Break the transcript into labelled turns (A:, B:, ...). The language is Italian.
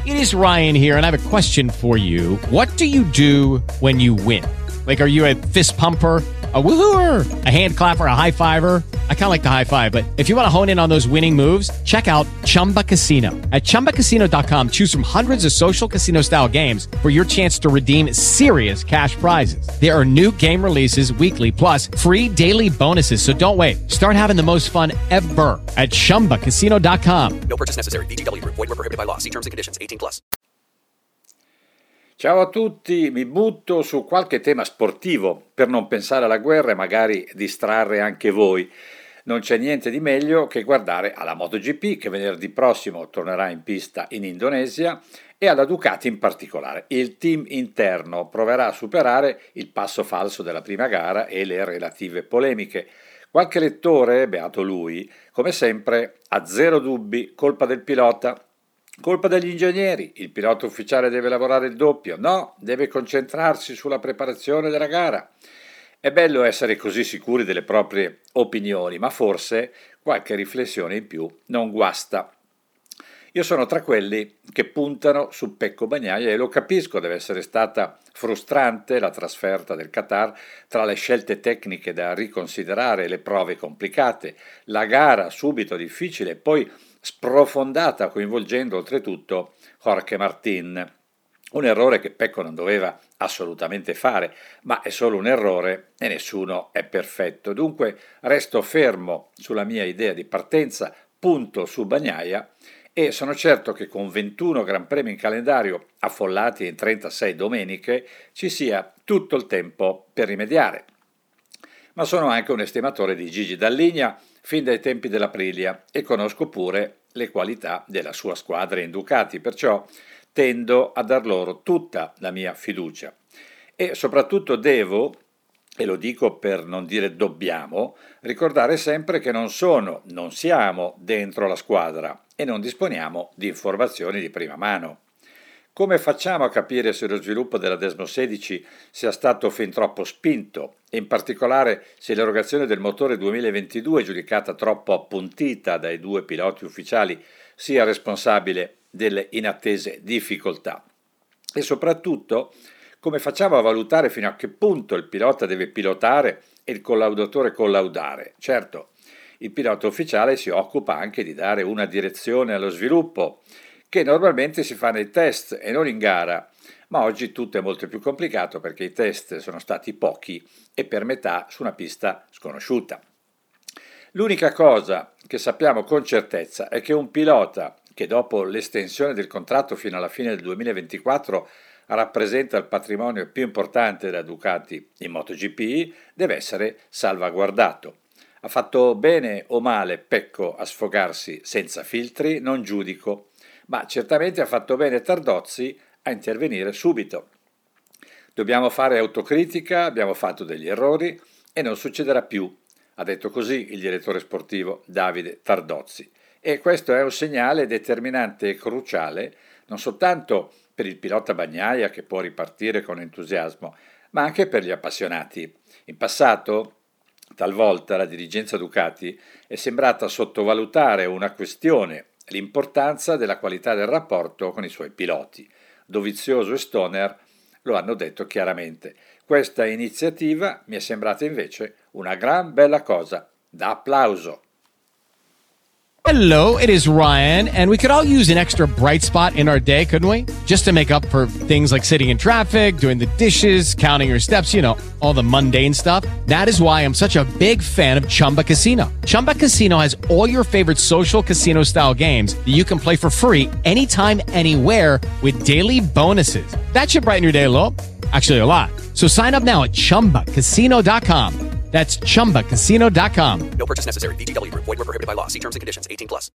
A: It is Ryan here, and I have a question for you. What do you do when you win? Like, are you a fist pumper, a woohooer, a hand clapper, a high fiver? I kind of like the high five, but if you want to hone in on those winning moves, check out Chumba Casino. At ChumbaCasino.com, choose from hundreds of social casino style games for your chance to redeem serious cash prizes. There are new game releases weekly, plus free daily bonuses. So don't wait. Start having the most fun ever at ChumbaCasino.com.
B: No purchase necessary. VGW. Void where prohibited by law. See terms and conditions. 18+.
C: Ciao a tutti, mi butto su qualche tema sportivo per non pensare alla guerra e magari distrarre anche voi. Non c'è niente di meglio che guardare alla MotoGP che venerdì prossimo tornerà in pista in Indonesia e alla Ducati in particolare. Il team interno proverà a superare il passo falso della prima gara e le relative polemiche. Qualche lettore, beato lui, come sempre, ha zero dubbi, colpa del pilota. Colpa degli ingegneri, il pilota ufficiale deve lavorare il doppio, no, deve concentrarsi sulla preparazione della gara. È bello essere così sicuri delle proprie opinioni, ma forse qualche riflessione in più non guasta. Io sono tra quelli che puntano su Pecco Bagnaia e lo capisco, deve essere stata frustrante la trasferta del Qatar tra le scelte tecniche da riconsiderare e le prove complicate, la gara subito difficile e poi sprofondata coinvolgendo oltretutto Jorge Martín. Un errore che Pecco non doveva assolutamente fare, ma è solo un errore e nessuno è perfetto. Dunque resto fermo sulla mia idea di partenza, punto su Bagnaia e sono certo che con 21 Gran Premi in calendario affollati in 36 domeniche ci sia tutto il tempo per rimediare. Ma sono anche un estimatore di Gigi Dall'Igna fin dai tempi dell'Aprilia e conosco pure le qualità della sua squadra in Ducati, perciò tendo a dar loro tutta la mia fiducia. E soprattutto devo, e lo dico per non dire dobbiamo, ricordare sempre che non siamo dentro la squadra e non disponiamo di informazioni di prima mano. Come facciamo a capire se lo sviluppo della Desmo 16 sia stato fin troppo spinto e in particolare se l'erogazione del motore 2022 giudicata troppo appuntita dai due piloti ufficiali sia responsabile delle inattese difficoltà? E soprattutto come facciamo a valutare fino a che punto il pilota deve pilotare e il collaudatore collaudare? Certo, il pilota ufficiale si occupa anche di dare una direzione allo sviluppo, che normalmente si fa nei test e non in gara, ma oggi tutto è molto più complicato perché i test sono stati pochi e per metà su una pista sconosciuta. L'unica cosa che sappiamo con certezza è che un pilota che dopo l'estensione del contratto fino alla fine del 2024 rappresenta il patrimonio più importante della Ducati in MotoGP deve essere salvaguardato. Ha fatto bene o male Pecco a sfogarsi senza filtri? Non giudico. Ma certamente ha fatto bene Tardozzi a intervenire subito. Dobbiamo fare autocritica, abbiamo fatto degli errori e non succederà più, ha detto così il direttore sportivo Davide Tardozzi. E questo è un segnale determinante e cruciale non soltanto per il pilota Bagnaia che può ripartire con entusiasmo, ma anche per gli appassionati. In passato, talvolta la dirigenza Ducati è sembrata sottovalutare una questione, l'importanza della qualità del rapporto con i suoi piloti. Dovizioso e Stoner lo hanno detto chiaramente. Questa iniziativa mi è sembrata invece una gran bella cosa, da applauso.
A: Hello, it is Ryan, and we could all use an extra bright spot in our day, couldn't we? Just to make up for things like sitting in traffic, doing the dishes, counting your steps, you know, all the mundane stuff. That is why I'm such a big fan of Chumba Casino. Chumba Casino has all your favorite social casino-style games that you can play for free anytime, anywhere with daily bonuses. That should brighten your day a little. Actually, a lot. So sign up now at ChumbaCasino.com. That's ChumbaCasino.com.
B: No purchase necessary. VGW. Void where prohibited by law. See terms and conditions. 18+.